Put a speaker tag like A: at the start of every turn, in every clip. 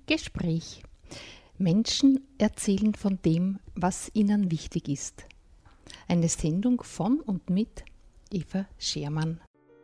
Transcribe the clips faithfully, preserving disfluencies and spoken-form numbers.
A: Gespräch. Menschen erzählen von dem, was ihnen wichtig ist. Eine Sendung von und mit Eva Schermann.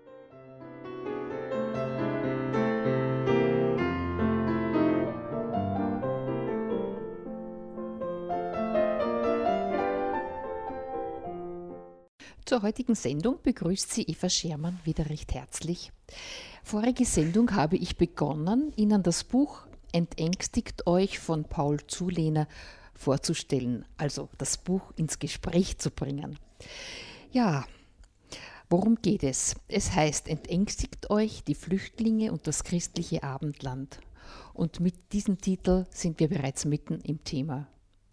A: Zur heutigen Sendung begrüßt Sie Eva Schermann wieder recht herzlich. Vorige Sendung habe ich begonnen, Ihnen das Buch Entängstigt euch von Paul Zulehner vorzustellen, also das Buch ins Gespräch zu bringen. Ja, worum geht es? Es heißt, entängstigt euch die Flüchtlinge und das christliche Abendland. Und mit diesem Titel sind wir bereits mitten im Thema.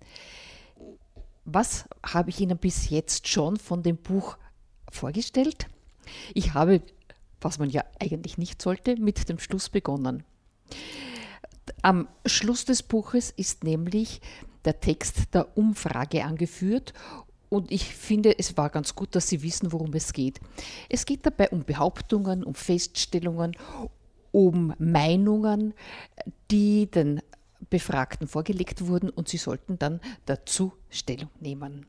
A: Was habe ich Ihnen bis jetzt schon von dem Buch vorgestellt? Ich habe, was man ja eigentlich nicht sollte, mit dem Schluss begonnen. Am Schluss des Buches ist nämlich der Text der Umfrage angeführt und ich finde, es war ganz gut, dass Sie wissen, worum es geht. Es geht dabei um Behauptungen, um Feststellungen, um Meinungen, die den Befragten vorgelegt wurden und sie sollten dann dazu Stellung nehmen.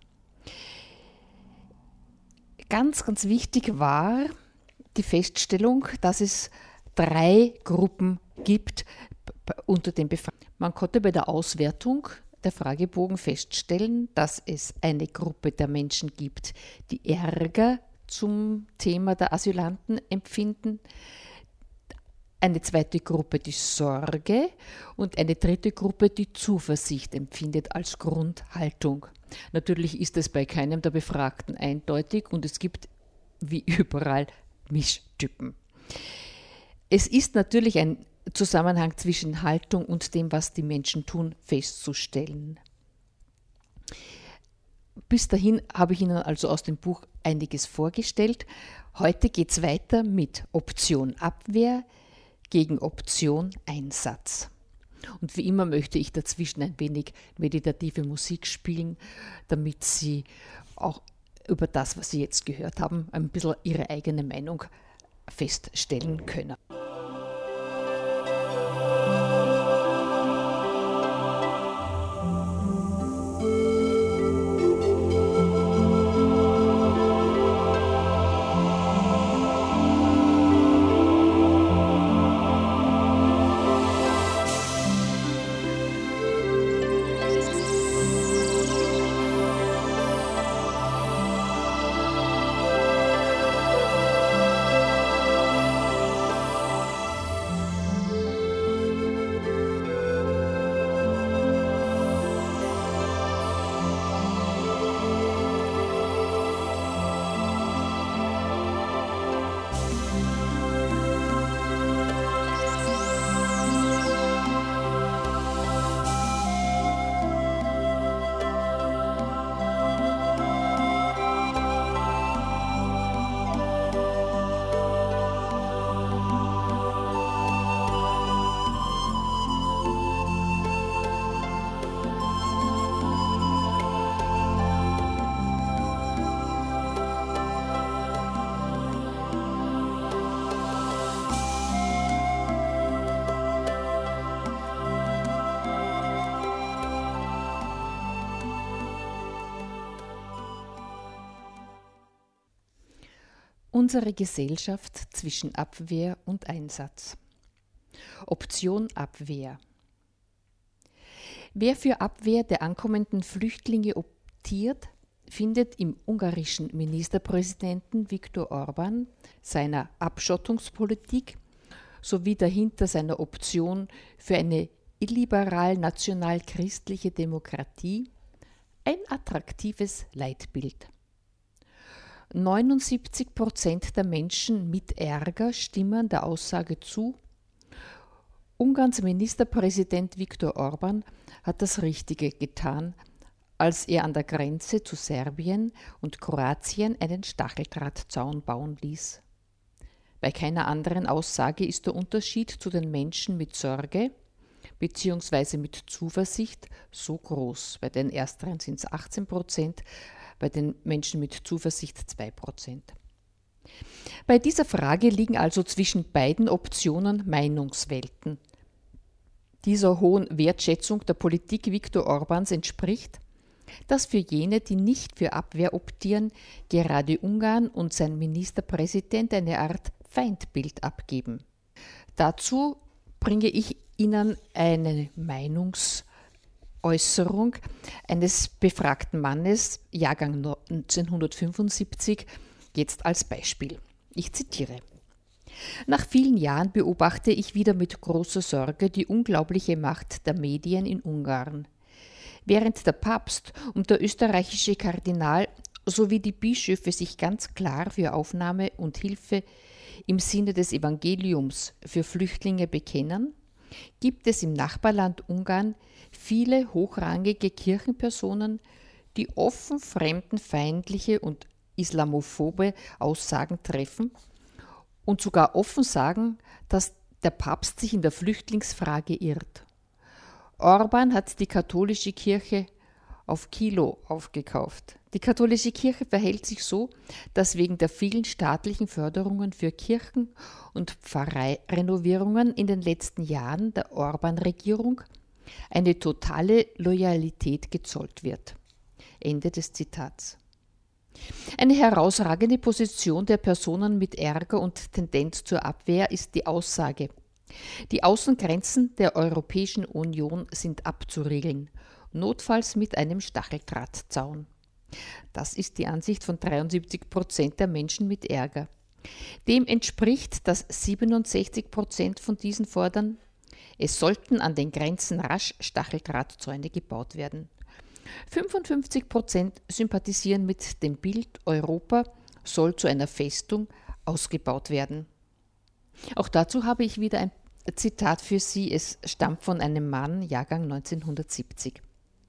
A: Ganz, ganz wichtig war die Feststellung, dass es drei Gruppen gibt unter den Befragten. Man konnte bei der Auswertung der Fragebogen feststellen, dass es eine Gruppe der Menschen gibt, die Ärger zum Thema der Asylanten empfinden, eine zweite Gruppe die Sorge und eine dritte Gruppe die Zuversicht empfindet als Grundhaltung. Natürlich ist es bei keinem der Befragten eindeutig und es gibt wie überall Mischtypen. Es ist natürlich ein Zusammenhang zwischen Haltung und dem, was die Menschen tun, festzustellen. Bis dahin habe ich Ihnen also aus dem Buch einiges vorgestellt. Heute geht es weiter mit Option Abwehr gegen Option Einsatz. Und wie immer möchte ich dazwischen ein wenig meditative Musik spielen, damit Sie auch über das, was Sie jetzt gehört haben, ein bisschen Ihre eigene Meinung feststellen können. Unsere Gesellschaft zwischen Abwehr und Einsatz. Option Abwehr. Wer für Abwehr der ankommenden Flüchtlinge optiert, findet im ungarischen Ministerpräsidenten Viktor Orbán, seiner Abschottungspolitik sowie dahinter seiner Option für eine illiberal-national-christliche Demokratie ein attraktives Leitbild. neunundsiebzig Prozent der Menschen mit Ärger stimmen der Aussage zu, Ungarns Ministerpräsident Viktor Orbán hat das Richtige getan, als er an der Grenze zu Serbien und Kroatien einen Stacheldrahtzaun bauen ließ. Bei keiner anderen Aussage ist der Unterschied zu den Menschen mit Sorge bzw. mit Zuversicht so groß. Bei den Ersteren sind es achtzehn Prozent, bei den Menschen mit Zuversicht zwei Prozent. Bei dieser Frage liegen also zwischen beiden Optionen Meinungswelten. dieser hohen Wertschätzung der Politik Viktor Orbáns entspricht, dass für jene, die nicht für Abwehr optieren, gerade Ungarn und sein Ministerpräsident eine Art Feindbild abgeben. Dazu bringe ich Ihnen eine Meinungsäußerung eines befragten Mannes, Jahrgang neunzehnhundertfünfundsiebzig, jetzt als Beispiel. Ich zitiere: Nach vielen Jahren beobachte ich wieder mit großer Sorge die unglaubliche Macht der Medien in Ungarn. Während der Papst und der österreichische Kardinal sowie die Bischöfe sich ganz klar für Aufnahme und Hilfe im Sinne des Evangeliums für Flüchtlinge bekennen, gibt es im Nachbarland Ungarn viele hochrangige Kirchenpersonen, die offen fremdenfeindliche und islamophobe Aussagen treffen und sogar offen sagen, dass der Papst sich in der Flüchtlingsfrage irrt. Orbán hat die katholische Kirche auf Kilo aufgekauft. Die katholische Kirche verhält sich so, dass wegen der vielen staatlichen Förderungen für Kirchen und Pfarreirenovierungen in den letzten Jahren der Orbán-Regierung eine totale Loyalität gezollt wird. Ende des Zitats. Eine herausragende Position der Personen mit Ärger und Tendenz zur Abwehr ist die Aussage: Die Außengrenzen der Europäischen Union sind abzuriegeln, notfalls mit einem Stacheldrahtzaun. Das ist die Ansicht von dreiundsiebzig Prozent der Menschen mit Ärger. Dem entspricht, dass siebenundsechzig Prozent von diesen fordern, es sollten an den Grenzen rasch Stacheldrahtzäune gebaut werden. fünfundfünfzig Prozent sympathisieren mit dem Bild, Europa soll zu einer Festung ausgebaut werden. Auch dazu habe ich wieder ein Zitat für Sie. Es stammt von einem Mann, Jahrgang neunzehnhundertsiebzig.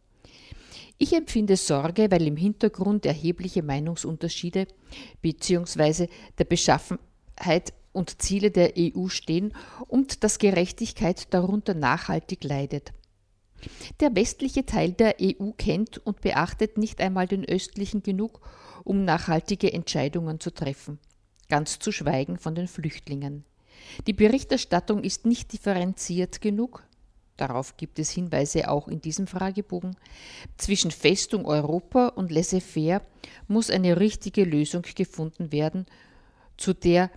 A: Ich empfinde Sorge, weil im Hintergrund erhebliche Meinungsunterschiede bzw. der Beschaffenheit und Ziele der E U stehen und dass Gerechtigkeit darunter nachhaltig leidet. Der westliche Teil der E U kennt und beachtet nicht einmal den östlichen genug, um nachhaltige Entscheidungen zu treffen, ganz zu schweigen von den Flüchtlingen. Die Berichterstattung ist nicht differenziert genug, darauf gibt es Hinweise auch in diesem Fragebogen. Zwischen Festung Europa und laissez-faire muss eine richtige Lösung gefunden werden, zu der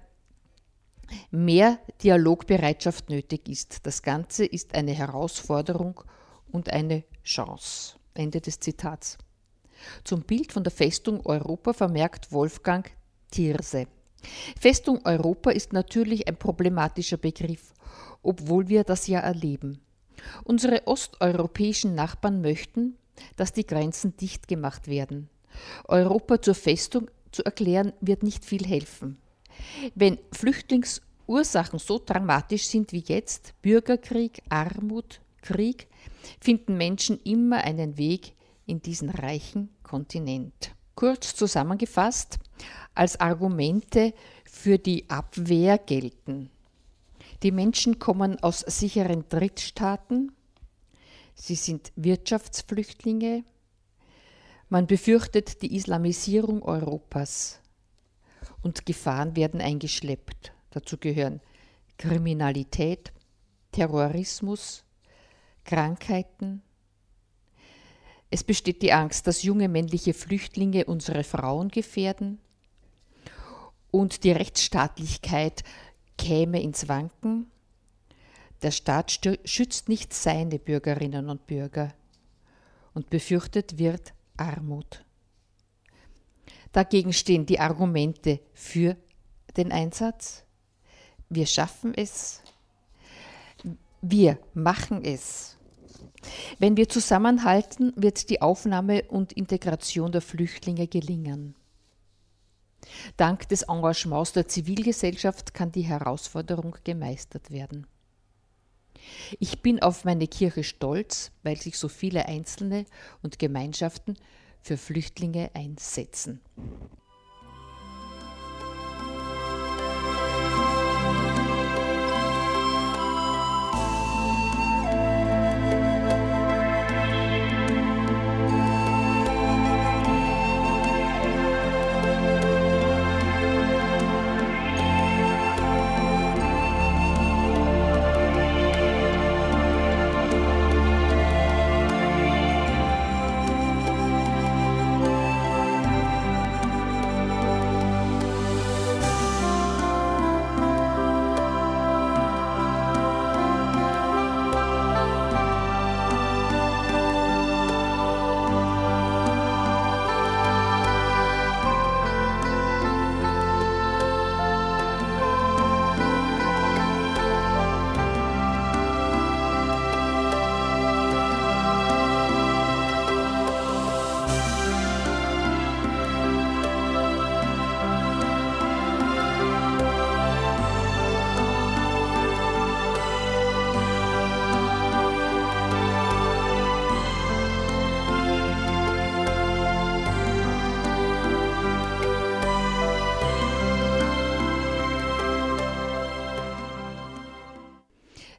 A: mehr Dialogbereitschaft nötig ist. Das Ganze ist eine Herausforderung und eine Chance. Ende des Zitats. Zum Bild von der Festung Europa vermerkt Wolfgang Thierse: Festung Europa ist natürlich ein problematischer Begriff, obwohl wir das ja erleben. Unsere osteuropäischen Nachbarn möchten, dass die Grenzen dicht gemacht werden. Europa zur Festung zu erklären, wird nicht viel helfen. Wenn Flüchtlingsursachen so dramatisch sind wie jetzt, Bürgerkrieg, Armut, Krieg, finden Menschen immer einen Weg in diesen reichen Kontinent. Kurz zusammengefasst, als Argumente für die Abwehr gelten: Die Menschen kommen aus sicheren Drittstaaten, sie sind Wirtschaftsflüchtlinge, man befürchtet die Islamisierung Europas und Gefahren werden eingeschleppt. Dazu gehören Kriminalität, Terrorismus, Krankheiten. Es besteht die Angst, dass junge männliche Flüchtlinge unsere Frauen gefährden und die Rechtsstaatlichkeit käme ins Wanken. Der Staat schützt nicht seine Bürgerinnen und Bürger und befürchtet wird Armut. Dagegen stehen die Argumente für den Einsatz. Wir schaffen es. Wir machen es. Wenn wir zusammenhalten, wird die Aufnahme und Integration der Flüchtlinge gelingen. Dank des Engagements der Zivilgesellschaft kann die Herausforderung gemeistert werden. Ich bin auf meine Kirche stolz, weil sich so viele Einzelne und Gemeinschaften für Flüchtlinge einsetzen.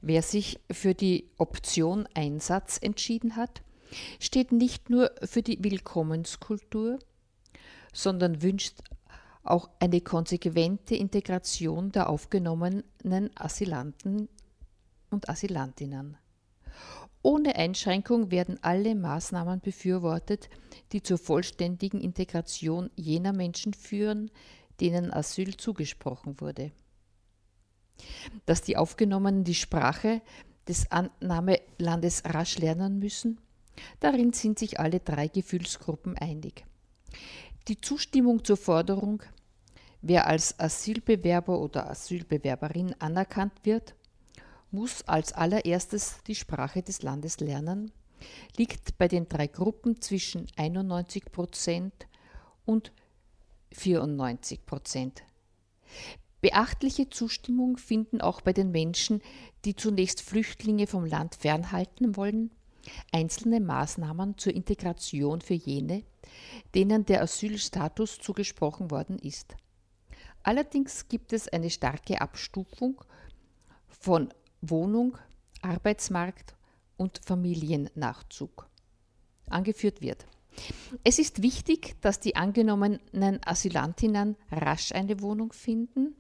A: Wer sich für die Option Einsatz entschieden hat, steht nicht nur für die Willkommenskultur, sondern wünscht auch eine konsequente Integration der aufgenommenen Asylanten und Asylantinnen. Ohne Einschränkung werden alle Maßnahmen befürwortet, die zur vollständigen Integration jener Menschen führen, denen Asyl zugesprochen wurde. Dass die Aufgenommenen die Sprache des Annahmelandes rasch lernen müssen, darin sind sich alle drei Gefühlsgruppen einig. Die Zustimmung zur Forderung, wer als Asylbewerber oder Asylbewerberin anerkannt wird, muss als allererstes die Sprache des Landes lernen, liegt bei den drei Gruppen zwischen einundneunzig Prozent und vierundneunzig Prozent. Beachtliche Zustimmung finden auch bei den Menschen, die zunächst Flüchtlinge vom Land fernhalten wollen, einzelne Maßnahmen zur Integration für jene, denen der Asylstatus zugesprochen worden ist. Allerdings gibt es eine starke Abstufung von Wohnung, Arbeitsmarkt und Familiennachzug. Angeführt wird: Es ist wichtig, dass die angenommenen Asylantinnen rasch eine Wohnung finden.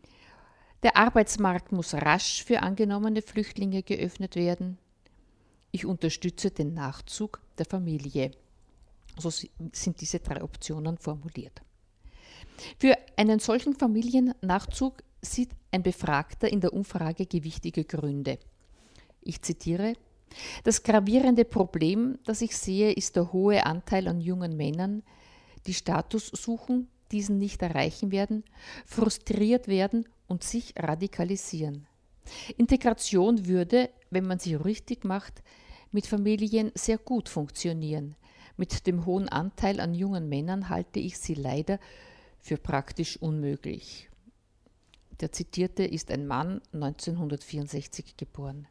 A: Der Arbeitsmarkt muss rasch für angenommene Flüchtlinge geöffnet werden. Ich unterstütze den Nachzug der Familie. So sind diese drei Optionen formuliert. Für einen solchen Familiennachzug sieht ein Befragter in der Umfrage gewichtige Gründe. Ich zitiere: Das gravierende Problem, das ich sehe, ist der hohe Anteil an jungen Männern, die Status suchen, diesen nicht erreichen werden, frustriert werden und sich radikalisieren. Integration würde, wenn man sie richtig macht, mit Familien sehr gut funktionieren. Mit dem hohen Anteil an jungen Männern halte ich sie leider für praktisch unmöglich. Der Zitierte ist ein Mann, neunzehnhundertvierundsechzig geboren.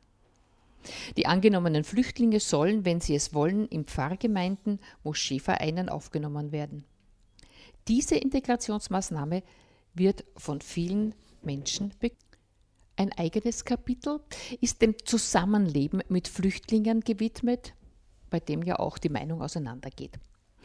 A: Die angenommenen Flüchtlinge sollen, wenn sie es wollen, in Pfarrgemeinden, Moscheevereinen aufgenommen werden. Diese Integrationsmaßnahme wird von vielen Menschen begrüßt. Ein eigenes Kapitel ist dem Zusammenleben mit Flüchtlingen gewidmet, bei dem ja auch die Meinung auseinandergeht.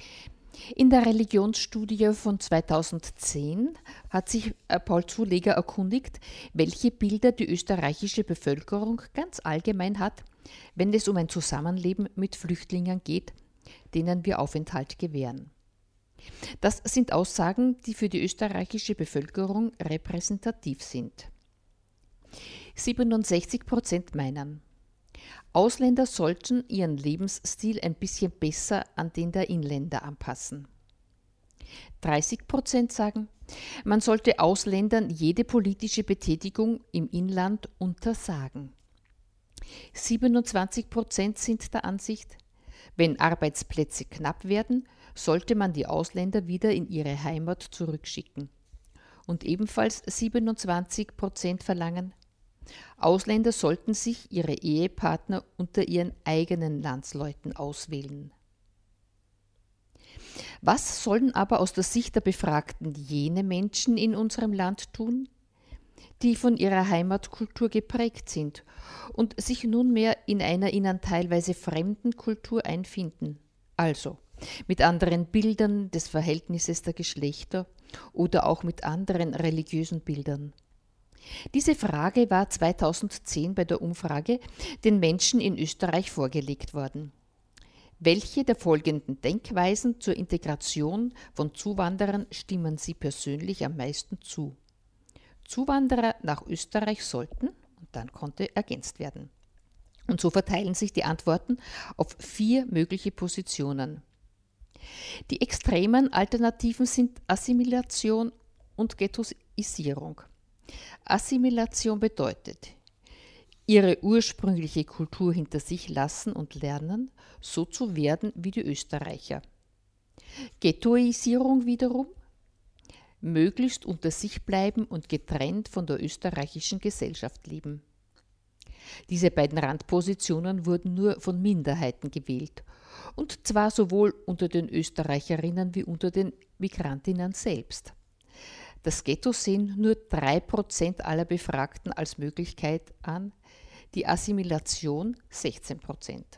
A: In der Religionsstudie von zweitausendzehn hat sich Paul Zuleger erkundigt, welche Bilder die österreichische Bevölkerung ganz allgemein hat, wenn es um ein Zusammenleben mit Flüchtlingen geht, denen wir Aufenthalt gewähren. Das sind Aussagen, die für die österreichische Bevölkerung repräsentativ sind. siebenundsechzig Prozent meinen, Ausländer sollten ihren Lebensstil ein bisschen besser an den der Inländer anpassen. dreißig Prozent sagen, man sollte Ausländern jede politische Betätigung im Inland untersagen. siebenundzwanzig Prozent sind der Ansicht, wenn Arbeitsplätze knapp werden, sollte man die Ausländer wieder in ihre Heimat zurückschicken. Und ebenfalls siebenundzwanzig Prozent verlangen, Ausländer sollten sich ihre Ehepartner unter ihren eigenen Landsleuten auswählen. Was sollen aber aus der Sicht der Befragten jene Menschen in unserem Land tun, die von ihrer Heimatkultur geprägt sind und sich nunmehr in einer ihnen teilweise fremden Kultur einfinden, also mit anderen Bildern des Verhältnisses der Geschlechter oder auch mit anderen religiösen Bildern? Diese Frage war zweitausendzehn bei der Umfrage den Menschen in Österreich vorgelegt worden. Welche der folgenden Denkweisen zur Integration von Zuwanderern stimmen Sie persönlich am meisten zu? Zuwanderer nach Österreich sollten, und dann konnte ergänzt werden. Und so verteilen sich die Antworten auf vier mögliche Positionen. Die extremen Alternativen sind Assimilation und Ghettoisierung. Assimilation bedeutet, ihre ursprüngliche Kultur hinter sich lassen und lernen, so zu werden wie die Österreicher. Ghettoisierung wiederum, möglichst unter sich bleiben und getrennt von der österreichischen Gesellschaft leben. Diese beiden Randpositionen wurden nur von Minderheiten gewählt, und zwar sowohl unter den Österreicherinnen wie unter den Migrantinnen selbst. Das Ghetto sehen nur drei Prozent aller Befragten als Möglichkeit an, die Assimilation sechzehn Prozent.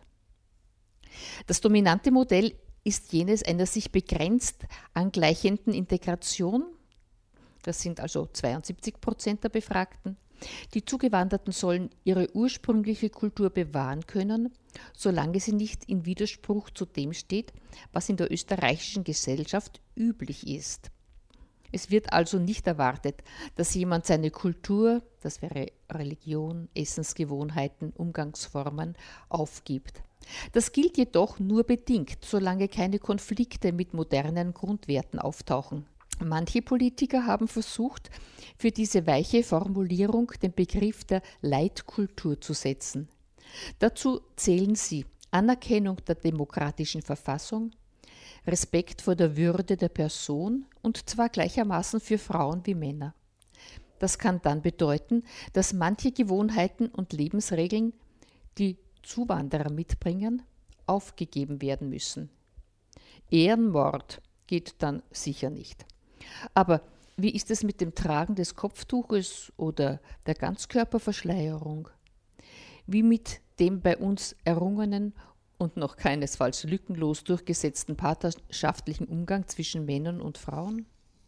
A: Das dominante Modell ist jenes einer sich begrenzt angleichenden Integration. Das sind also zweiundsiebzig Prozent der Befragten. Die Zugewanderten sollen ihre ursprüngliche Kultur bewahren können, solange sie nicht in Widerspruch zu dem steht, was in der österreichischen Gesellschaft üblich ist. Es wird also nicht erwartet, dass jemand seine Kultur, das wäre Religion, Essensgewohnheiten, Umgangsformen, aufgibt. Das gilt jedoch nur bedingt, solange keine Konflikte mit modernen Grundwerten auftauchen. Manche Politiker haben versucht, für diese weiche Formulierung den Begriff der Leitkultur zu setzen. Dazu zählen sie Anerkennung der demokratischen Verfassung, Respekt vor der Würde der Person und zwar gleichermaßen für Frauen wie Männer. Das kann dann bedeuten, dass manche Gewohnheiten und Lebensregeln, die Zuwanderer mitbringen, aufgegeben werden müssen. Ehrenmord geht dann sicher nicht. Aber wie ist es mit dem Tragen des Kopftuches oder der Ganzkörperverschleierung? Wie mit dem bei uns errungenen und noch keinesfalls lückenlos durchgesetzten partnerschaftlichen Umgang zwischen Männern und Frauen?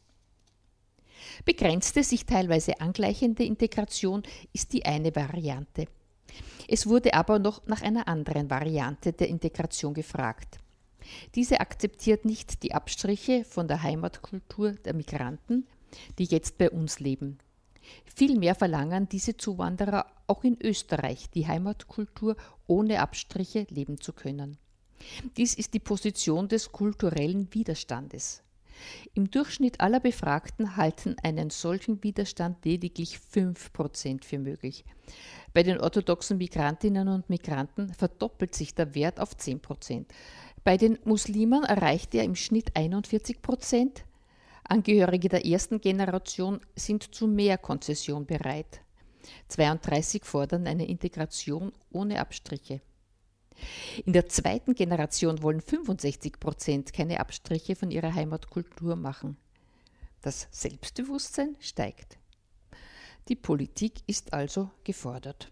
A: Begrenzte, sich teilweise angleichende Integration ist die eine Variante. Es wurde aber noch nach einer anderen Variante der Integration gefragt. Diese akzeptiert nicht die Abstriche von der Heimatkultur der Migranten, die jetzt bei uns leben. Vielmehr verlangen diese Zuwanderer auch in Österreich die Heimatkultur ohne Abstriche leben zu können. Dies ist die Position des kulturellen Widerstandes. Im Durchschnitt aller Befragten halten einen solchen Widerstand lediglich fünf Prozent für möglich. Bei den orthodoxen Migrantinnen und Migranten verdoppelt sich der Wert auf zehn Prozent. Bei den Muslimen erreicht er im Schnitt einundvierzig Prozent. Angehörige der ersten Generation sind zu mehr Konzession bereit. zweiunddreißig fordern eine Integration ohne Abstriche. In der zweiten Generation wollen fünfundsechzig Prozent keine Abstriche von ihrer Heimatkultur machen. Das Selbstbewusstsein steigt. Die Politik ist also gefordert.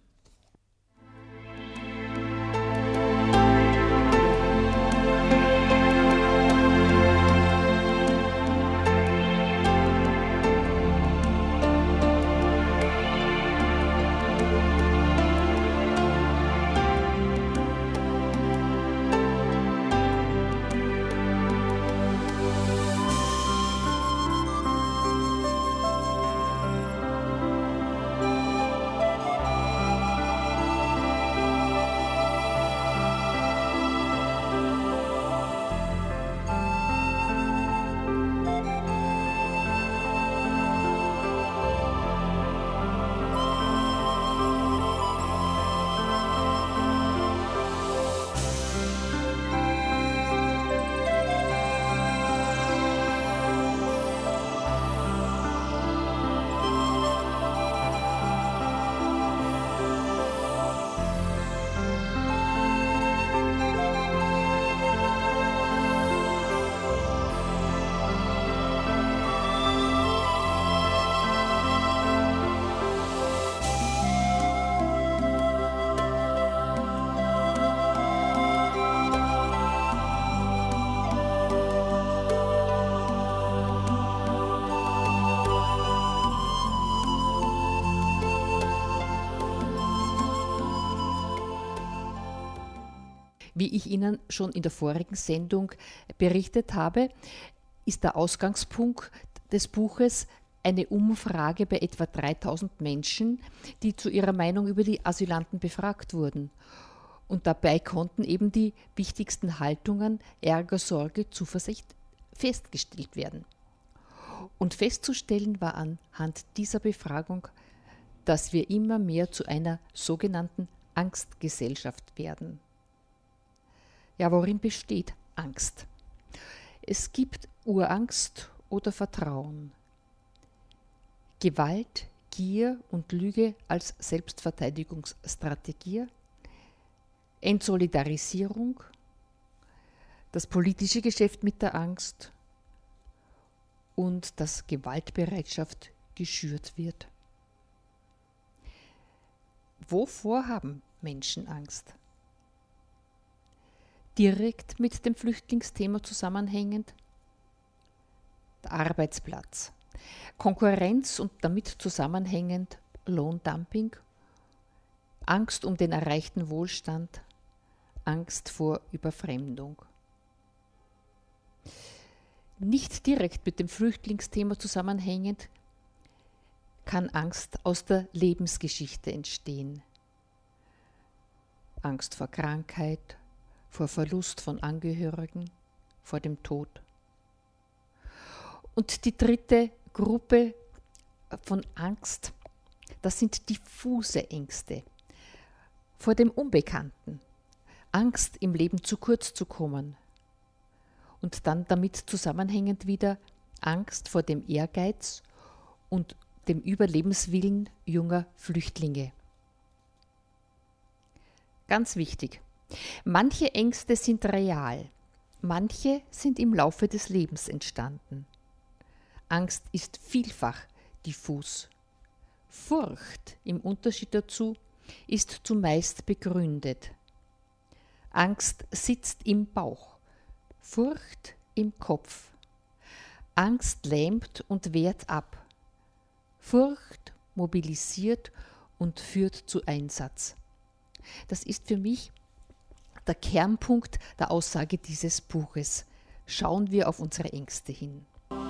A: Wie ich Ihnen schon in der vorigen Sendung berichtet habe, ist der Ausgangspunkt des Buches eine Umfrage bei etwa dreitausend Menschen, die zu ihrer Meinung über die Asylanten befragt wurden. Und dabei konnten eben die wichtigsten Haltungen Ärger, Sorge, Zuversicht festgestellt werden. Und festzustellen war anhand dieser Befragung, dass wir immer mehr zu einer sogenannten Angstgesellschaft werden. Ja, worin besteht Angst? Es gibt Urangst oder Vertrauen. Gewalt, Gier und Lüge als Selbstverteidigungsstrategie, Entsolidarisierung, das politische Geschäft mit der Angst und dass Gewaltbereitschaft geschürt wird. Wovor haben Menschen Angst? Direkt mit dem Flüchtlingsthema zusammenhängend der Arbeitsplatz, Konkurrenz und damit zusammenhängend Lohndumping, Angst um den erreichten Wohlstand, Angst vor Überfremdung. Nicht direkt mit dem Flüchtlingsthema zusammenhängend kann Angst aus der Lebensgeschichte entstehen. Angst vor Krankheit, vor Verlust von Angehörigen, vor dem Tod. Und die dritte Gruppe von Angst, das sind diffuse Ängste vor dem Unbekannten, Angst im Leben zu kurz zu kommen und dann damit zusammenhängend wieder Angst vor dem Ehrgeiz und dem Überlebenswillen junger Flüchtlinge. Ganz wichtig, manche Ängste sind real, manche sind im Laufe des Lebens entstanden. Angst ist vielfach diffus. Furcht, im Unterschied dazu, ist zumeist begründet. Angst sitzt im Bauch, Furcht im Kopf. Angst lähmt und wehrt ab. Furcht mobilisiert und führt zu Einsatz. Das ist für mich der Kernpunkt der Aussage dieses Buches. Schauen wir auf unsere Ängste hin.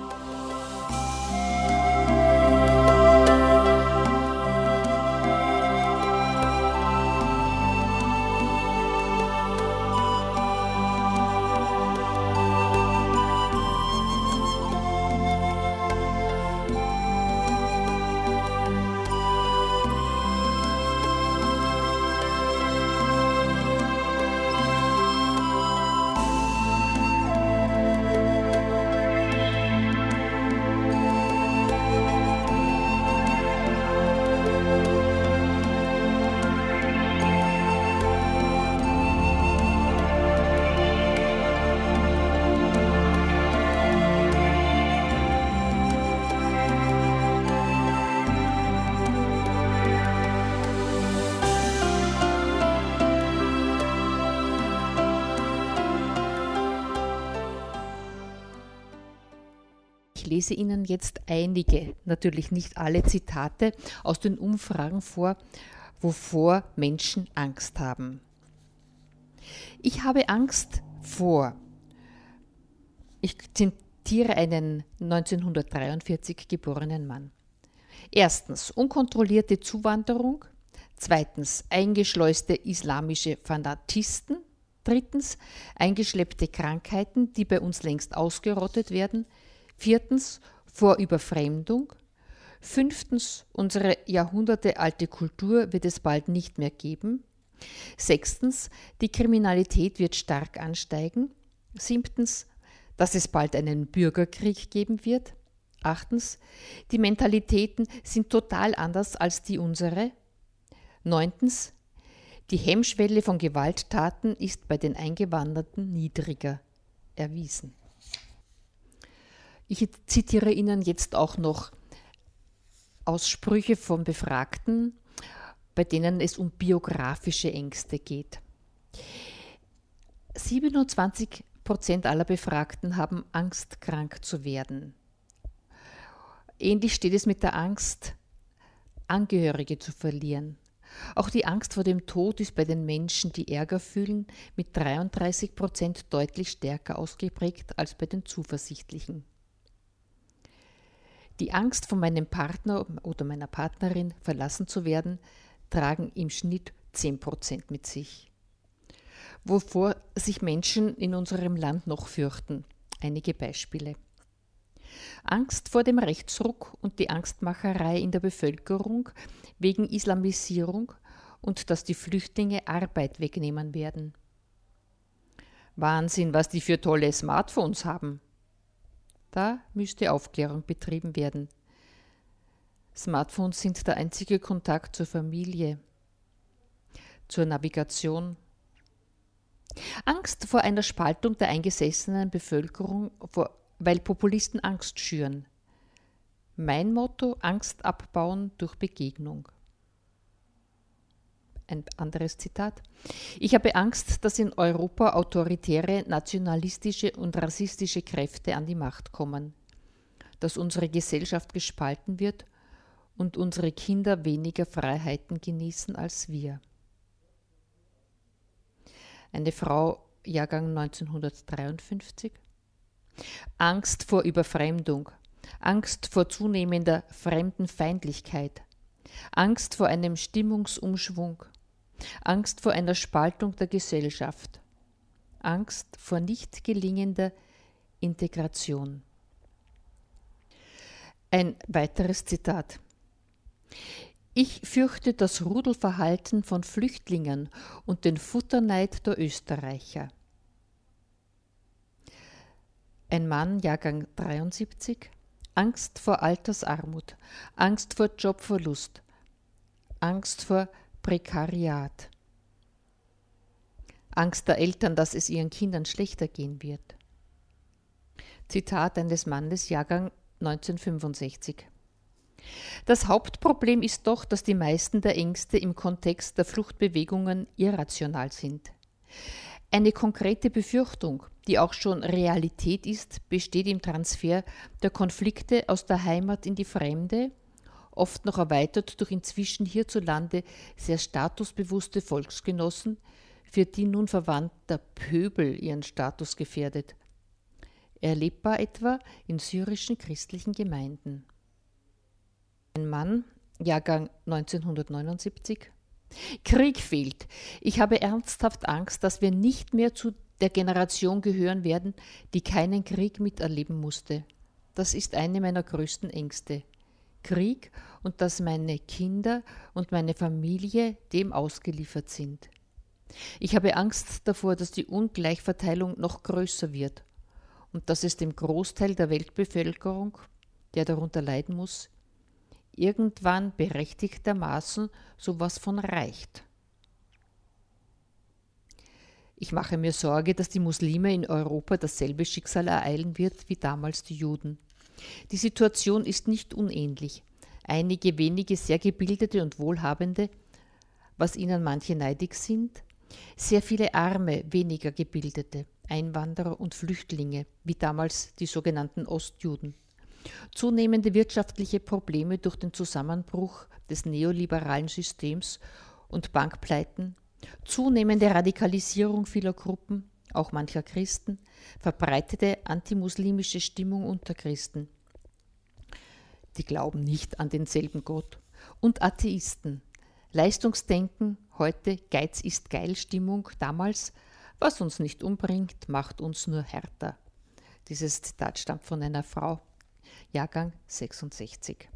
A: Ich lese Ihnen jetzt einige, natürlich nicht alle Zitate aus den Umfragen vor, wovor Menschen Angst haben. Ich habe Angst vor, ich zitiere einen neunzehnhundertdreiundvierzig geborenen Mann. Erstens unkontrollierte Zuwanderung, zweitens eingeschleuste islamische Fanatisten, drittens eingeschleppte Krankheiten, die bei uns längst ausgerottet werden, viertens vor Überfremdung, fünftens unsere jahrhundertealte Kultur wird es bald nicht mehr geben, sechstens die Kriminalität wird stark ansteigen, siebtens dass es bald einen Bürgerkrieg geben wird, achtens die Mentalitäten sind total anders als die unsere, neuntens die Hemmschwelle von Gewalttaten ist bei den Eingewanderten niedriger erwiesen. Ich zitiere Ihnen jetzt auch noch Aussprüche von Befragten, bei denen es um biografische Ängste geht. siebenundzwanzig Prozent aller Befragten haben Angst, krank zu werden. Ähnlich steht es mit der Angst, Angehörige zu verlieren. Auch die Angst vor dem Tod ist bei den Menschen, die Ärger fühlen, mit dreiunddreißig Prozent deutlich stärker ausgeprägt als bei den Zuversichtlichen. Die Angst, von meinem Partner oder meiner Partnerin verlassen zu werden, tragen im Schnitt zehn Prozent mit sich. Wovor sich Menschen in unserem Land noch fürchten. Einige Beispiele. Angst vor dem Rechtsruck und die Angstmacherei in der Bevölkerung wegen Islamisierung und dass die Flüchtlinge Arbeit wegnehmen werden. Wahnsinn, was die für tolle Smartphones haben. Da müsste Aufklärung betrieben werden. Smartphones sind der einzige Kontakt zur Familie, zur Navigation. Angst vor einer Spaltung der eingesessenen Bevölkerung, weil Populisten Angst schüren. Mein Motto: Angst abbauen durch Begegnung. Ein anderes Zitat. Ich habe Angst, dass in Europa autoritäre, nationalistische und rassistische Kräfte an die Macht kommen, dass unsere Gesellschaft gespalten wird und unsere Kinder weniger Freiheiten genießen als wir. Eine Frau, Jahrgang neunzehnhundertdreiundfünfzig. Angst vor Überfremdung, Angst vor zunehmender Fremdenfeindlichkeit, Angst vor einem Stimmungsumschwung, Angst vor einer Spaltung der Gesellschaft, Angst vor nicht gelingender Integration. Ein weiteres Zitat. Ich fürchte das Rudelverhalten von Flüchtlingen und den Futterneid der Österreicher. Ein Mann, Jahrgang dreiundsiebzig. Angst vor Altersarmut, Angst vor Jobverlust, Angst vor Prekariat, Angst der Eltern, dass es ihren Kindern schlechter gehen wird. Zitat eines Mannes, Jahrgang neunzehnhundertfünfundsechzig. Das Hauptproblem ist doch, dass die meisten der Ängste im Kontext der Fluchtbewegungen irrational sind. Eine konkrete Befürchtung, die auch schon Realität ist, besteht im Transfer der Konflikte aus der Heimat in die Fremde, oft noch erweitert durch inzwischen hierzulande sehr statusbewusste Volksgenossen, für die nun verwandter Pöbel ihren Status gefährdet. Erlebbar etwa in syrischen christlichen Gemeinden. Ein Mann, Jahrgang neunzehnhundertneunundsiebzig. Krieg fehlt. Ich habe ernsthaft Angst, dass wir nicht mehr zu der Generation gehören werden, die keinen Krieg miterleben musste. Das ist eine meiner größten Ängste. Krieg und dass meine Kinder und meine Familie dem ausgeliefert sind. Ich habe Angst davor, dass die Ungleichverteilung noch größer wird und dass es dem Großteil der Weltbevölkerung, der darunter leiden muss, irgendwann berechtigtermaßen sowas von reicht. Ich mache mir Sorge, dass die Muslime in Europa dasselbe Schicksal ereilen wird wie damals die Juden. Die Situation ist nicht unähnlich. Einige wenige sehr gebildete und Wohlhabende, was ihnen manche neidig sind, sehr viele arme, weniger gebildete, Einwanderer und Flüchtlinge, wie damals die sogenannten Ostjuden. Zunehmende wirtschaftliche Probleme durch den Zusammenbruch des neoliberalen Systems und Bankpleiten, zunehmende Radikalisierung vieler Gruppen, auch mancher Christen, verbreitete antimuslimische Stimmung unter Christen, die glauben nicht an denselben Gott, und Atheisten, Leistungsdenken, heute Geiz ist geil Stimmung, damals, was uns nicht umbringt, macht uns nur härter. Dieses Zitat stammt von einer Frau, Jahrgang sechsundsechzig.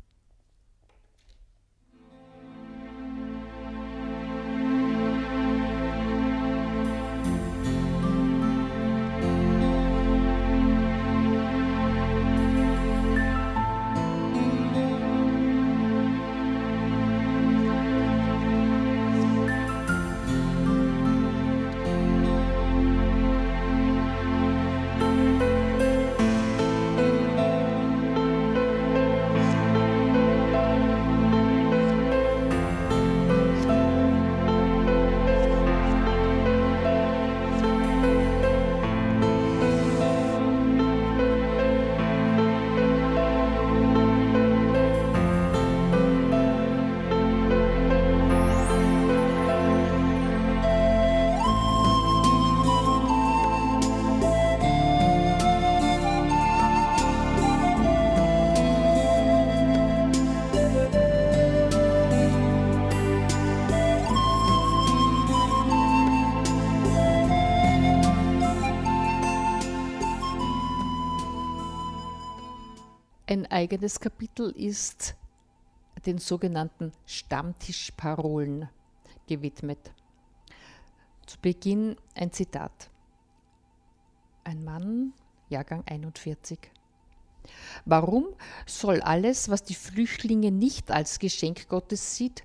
A: Ein eigenes Kapitel ist den sogenannten Stammtischparolen gewidmet. Zu Beginn ein Zitat. Ein Mann, Jahrgang einundvierzig. Warum soll alles, was die Flüchtlinge nicht als Geschenk Gottes sieht,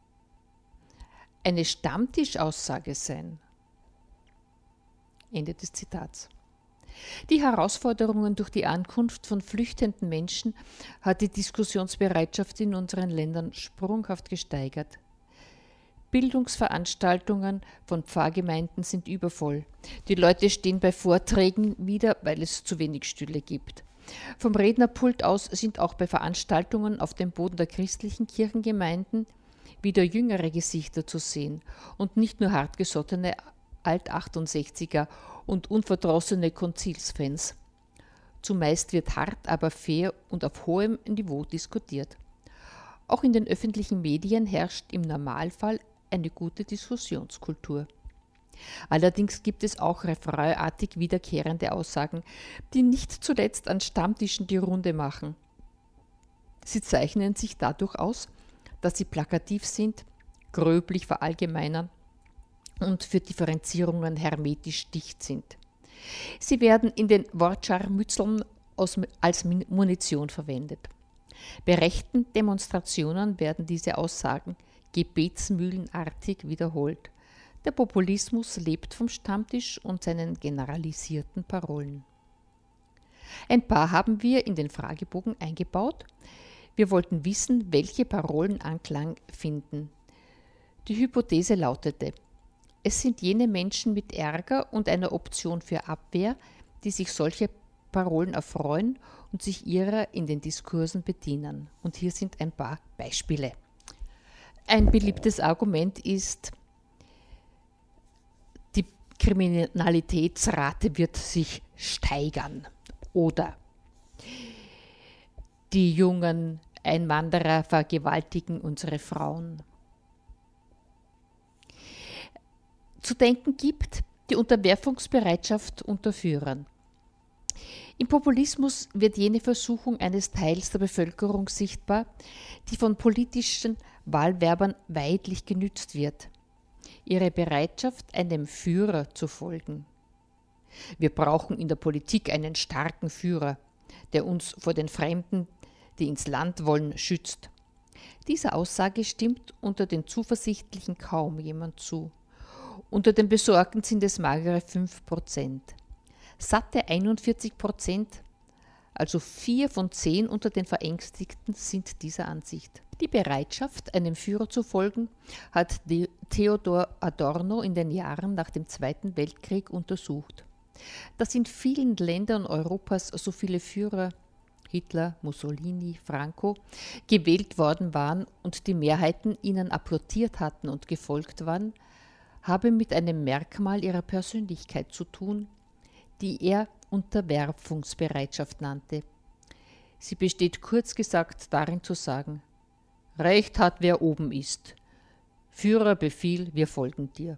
A: eine Stammtischaussage sein? Ende des Zitats. Die Herausforderungen durch die Ankunft von flüchtenden Menschen hat die Diskussionsbereitschaft in unseren Ländern sprunghaft gesteigert. Bildungsveranstaltungen von Pfarrgemeinden sind übervoll. Die Leute stehen bei Vorträgen wieder, weil es zu wenig Stühle gibt. Vom Rednerpult aus sind auch bei Veranstaltungen auf dem Boden der christlichen Kirchengemeinden wieder jüngere Gesichter zu sehen und nicht nur hartgesottene Alt-achtundsechziger und unverdrossene Konzilsfans. Zumeist wird hart, aber fair und auf hohem Niveau diskutiert. Auch in den öffentlichen Medien herrscht im Normalfall eine gute Diskussionskultur. Allerdings gibt es auch referainartig wiederkehrende Aussagen, die nicht zuletzt an Stammtischen die Runde machen. Sie zeichnen sich dadurch aus, dass sie plakativ sind, gröblich verallgemeinern und für Differenzierungen hermetisch dicht sind. Sie werden in den Wortscharmützeln als Munition verwendet. Bei rechten Demonstrationen werden diese Aussagen gebetsmühlenartig wiederholt. Der Populismus lebt vom Stammtisch und seinen generalisierten Parolen. Ein paar haben wir in den Fragebogen eingebaut. Wir wollten wissen, welche Parolen Anklang finden. Die Hypothese lautete: Es sind jene Menschen mit Ärger und einer Option für Abwehr, die sich solche Parolen erfreuen und sich ihrer in den Diskursen bedienen. Und hier sind ein paar Beispiele. Ein beliebtes Argument ist: Die Kriminalitätsrate wird sich steigern. Oder die jungen Einwanderer vergewaltigen unsere Frauen. Zu denken gibt die Unterwerfungsbereitschaft unter Führern. Im Populismus wird jene Versuchung eines Teils der Bevölkerung sichtbar, die von politischen Wahlwerbern weidlich genützt wird. Ihre Bereitschaft, einem Führer zu folgen. Wir brauchen in der Politik einen starken Führer, der uns vor den Fremden, die ins Land wollen, schützt. Dieser Aussage stimmt unter den Zuversichtlichen kaum jemand zu. Unter den Besorgten sind es magere fünf Prozent. Satte einundvierzig Prozent, also vier von zehn unter den Verängstigten, sind dieser Ansicht. Die Bereitschaft, einem Führer zu folgen, hat Theodor Adorno in den Jahren nach dem Zweiten Weltkrieg untersucht. Dass in vielen Ländern Europas so viele Führer, Hitler, Mussolini, Franco, gewählt worden waren und die Mehrheiten ihnen applaudiert hatten und gefolgt waren, habe mit einem Merkmal ihrer Persönlichkeit zu tun, die er Unterwerfungsbereitschaft nannte. Sie besteht kurz gesagt darin zu sagen: Recht hat, wer oben ist. Führerbefehl, wir folgen dir.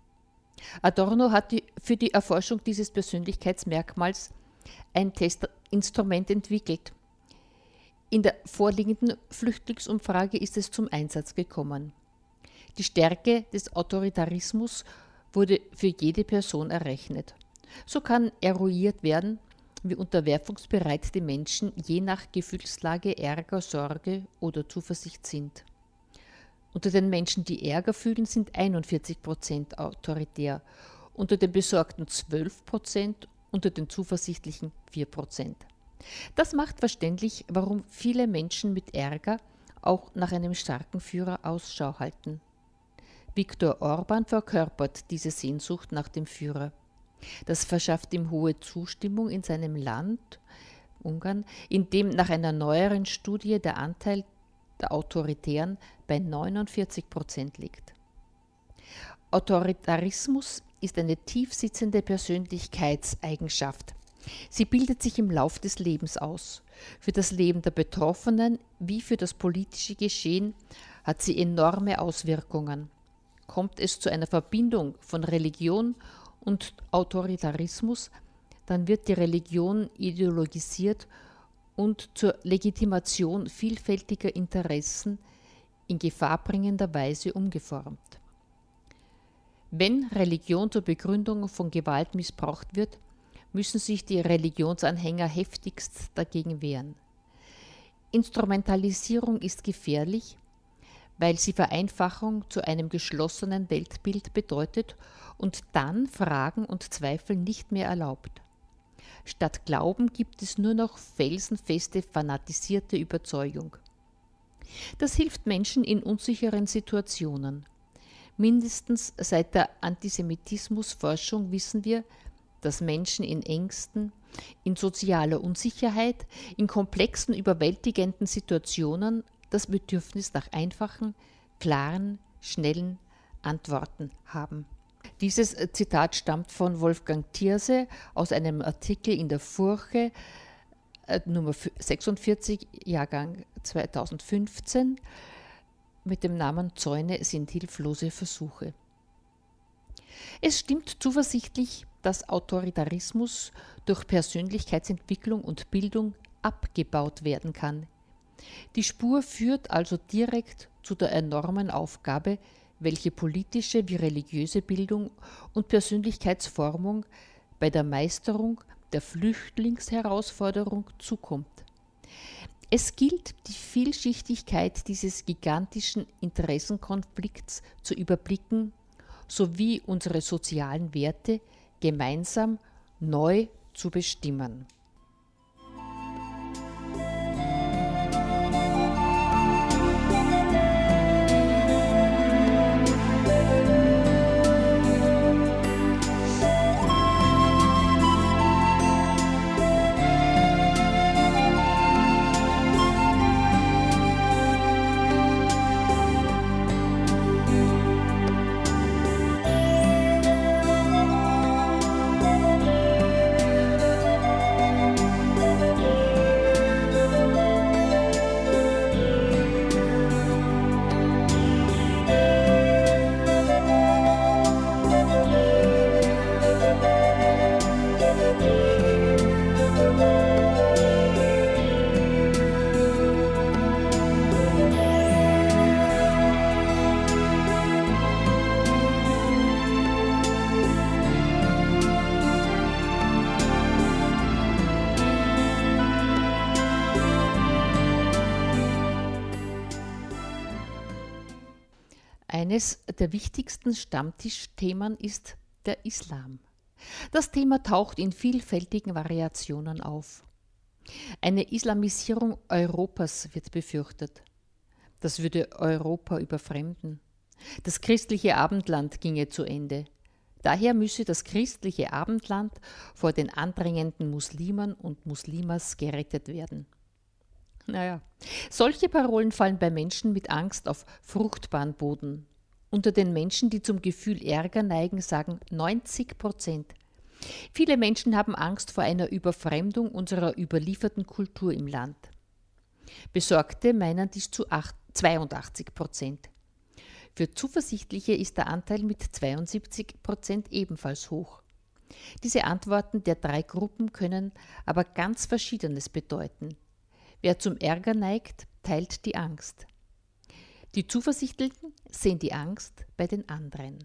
A: Adorno hat die, für die Erforschung dieses Persönlichkeitsmerkmals ein Testinstrument entwickelt. In der vorliegenden Flüchtlingsumfrage ist es zum Einsatz gekommen. Die Stärke des Autoritarismus wurde für jede Person errechnet. So kann eruiert werden, wie unterwerfungsbereit die Menschen je nach Gefühlslage, Ärger, Sorge oder Zuversicht sind. Unter den Menschen, die Ärger fühlen, sind einundvierzig Prozent autoritär, unter den Besorgten zwölf Prozent, unter den Zuversichtlichen vier Prozent. Das macht verständlich, warum viele Menschen mit Ärger auch nach einem starken Führer Ausschau halten. Viktor Orban verkörpert diese Sehnsucht nach dem Führer. Das verschafft ihm hohe Zustimmung in seinem Land, Ungarn, in dem nach einer neueren Studie der Anteil der Autoritären bei neunundvierzig Prozent liegt. Autoritarismus ist eine tiefsitzende Persönlichkeitseigenschaft. Sie bildet sich im Lauf des Lebens aus. Für das Leben der Betroffenen wie für das politische Geschehen hat sie enorme Auswirkungen. Kommt es zu einer Verbindung von Religion und Autoritarismus, dann wird die Religion ideologisiert und zur Legitimation vielfältiger Interessen in gefahrbringender Weise umgeformt. Wenn Religion zur Begründung von Gewalt missbraucht wird, müssen sich die Religionsanhänger heftigst dagegen wehren. Instrumentalisierung ist gefährlich, weil sie Vereinfachung zu einem geschlossenen Weltbild bedeutet und dann Fragen und Zweifel nicht mehr erlaubt. Statt Glauben gibt es nur noch felsenfeste, fanatisierte Überzeugung. Das hilft Menschen in unsicheren Situationen. Mindestens seit der Antisemitismusforschung wissen wir, dass Menschen in Ängsten, in sozialer Unsicherheit, in komplexen, überwältigenden Situationen das Bedürfnis nach einfachen, klaren, schnellen Antworten haben. Dieses Zitat stammt von Wolfgang Thierse aus einem Artikel in der Furche, äh, Nummer sechsundvierzig, Jahrgang zweitausendfünfzehn, mit dem Namen Zäune sind hilflose Versuche. Es stimmt zuversichtlich, dass Autoritarismus durch Persönlichkeitsentwicklung und Bildung abgebaut werden kann. Die Spur führt also direkt zu der enormen Aufgabe, welche politische wie religiöse Bildung und Persönlichkeitsformung bei der Meisterung der Flüchtlingsherausforderung zukommt. Es gilt, die Vielschichtigkeit dieses gigantischen Interessenkonflikts zu überblicken, sowie unsere sozialen Werte gemeinsam neu zu bestimmen. Eines der wichtigsten Stammtischthemen ist der Islam. Das Thema taucht in vielfältigen Variationen auf. Eine Islamisierung Europas wird befürchtet. Das würde Europa überfremden. Das christliche Abendland ginge zu Ende. Daher müsse das christliche Abendland vor den andrängenden Muslimen und Muslimas gerettet werden. Naja, solche Parolen fallen bei Menschen mit Angst auf fruchtbaren Boden. Unter den Menschen, die zum Gefühl Ärger neigen, sagen neunzig Prozent. Viele Menschen haben Angst vor einer Überfremdung unserer überlieferten Kultur im Land. Besorgte meinen dies zu zweiundachtzig Prozent. Für Zuversichtliche ist der Anteil mit zweiundsiebzig Prozent ebenfalls hoch. Diese Antworten der drei Gruppen können aber ganz Verschiedenes bedeuten. Wer zum Ärger neigt, teilt die Angst. Die Zuversichtlichen sehen die Angst bei den anderen.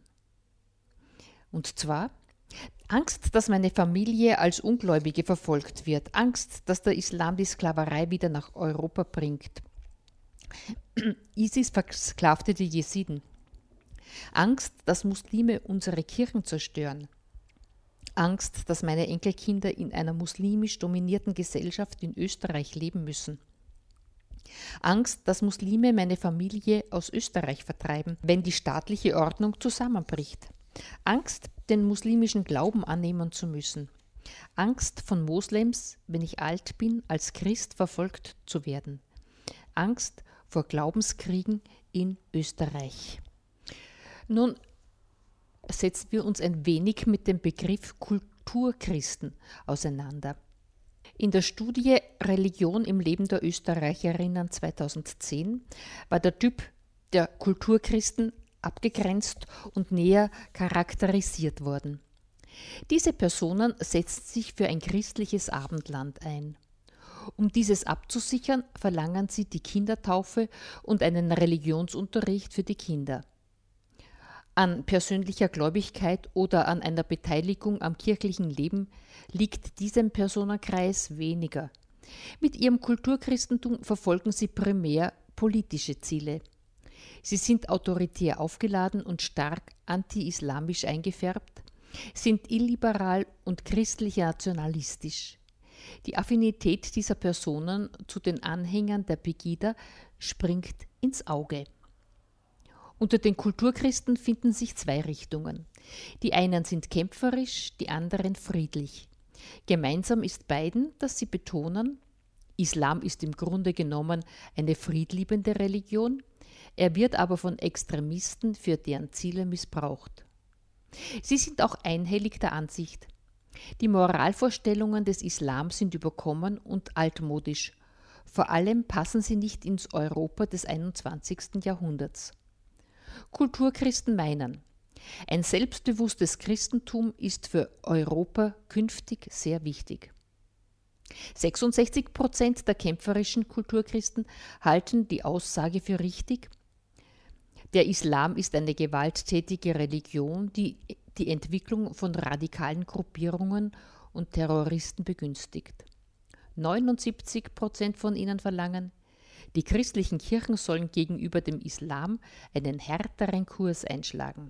A: Und zwar Angst, dass meine Familie als Ungläubige verfolgt wird, Angst, dass der Islam die Sklaverei wieder nach Europa bringt. ISIS versklavte die Jesiden. Angst, dass Muslime unsere Kirchen zerstören. Angst, dass meine Enkelkinder in einer muslimisch dominierten Gesellschaft in Österreich leben müssen. Angst, dass Muslime meine Familie aus Österreich vertreiben, wenn die staatliche Ordnung zusammenbricht. Angst, den muslimischen Glauben annehmen zu müssen. Angst von Moslems, wenn ich alt bin, als Christ verfolgt zu werden. Angst vor Glaubenskriegen in Österreich. Nun setzen wir uns ein wenig mit dem Begriff Kulturchristen auseinander. In der Studie Religion im Leben der Österreicherinnen zweitausendzehn war der Typ der Kulturchristen abgegrenzt und näher charakterisiert worden. Diese Personen setzen sich für ein christliches Abendland ein. Um dieses abzusichern, verlangen sie die Kindertaufe und einen Religionsunterricht für die Kinder. An persönlicher Gläubigkeit oder an einer Beteiligung am kirchlichen Leben liegt diesem Personenkreis weniger. Mit ihrem Kulturchristentum verfolgen sie primär politische Ziele. Sie sind autoritär aufgeladen und stark anti-islamisch eingefärbt, sind illiberal und christlich nationalistisch. Die Affinität dieser Personen zu den Anhängern der Pegida springt ins Auge. Unter den Kulturchristen finden sich zwei Richtungen. Die einen sind kämpferisch, die anderen friedlich. Gemeinsam ist beiden, dass sie betonen, Islam ist im Grunde genommen eine friedliebende Religion, er wird aber von Extremisten für deren Ziele missbraucht. Sie sind auch einhellig der Ansicht, die Moralvorstellungen des Islam sind überkommen und altmodisch, vor allem passen sie nicht ins Europa des einundzwanzigsten Jahrhunderts. Kulturchristen meinen, ein selbstbewusstes Christentum ist für Europa künftig sehr wichtig. sechsundsechzig Prozent der kämpferischen Kulturchristen halten die Aussage für richtig. Der Islam ist eine gewalttätige Religion, die die Entwicklung von radikalen Gruppierungen und Terroristen begünstigt. neunundsiebzig Prozent von ihnen verlangen, die christlichen Kirchen sollen gegenüber dem Islam einen härteren Kurs einschlagen.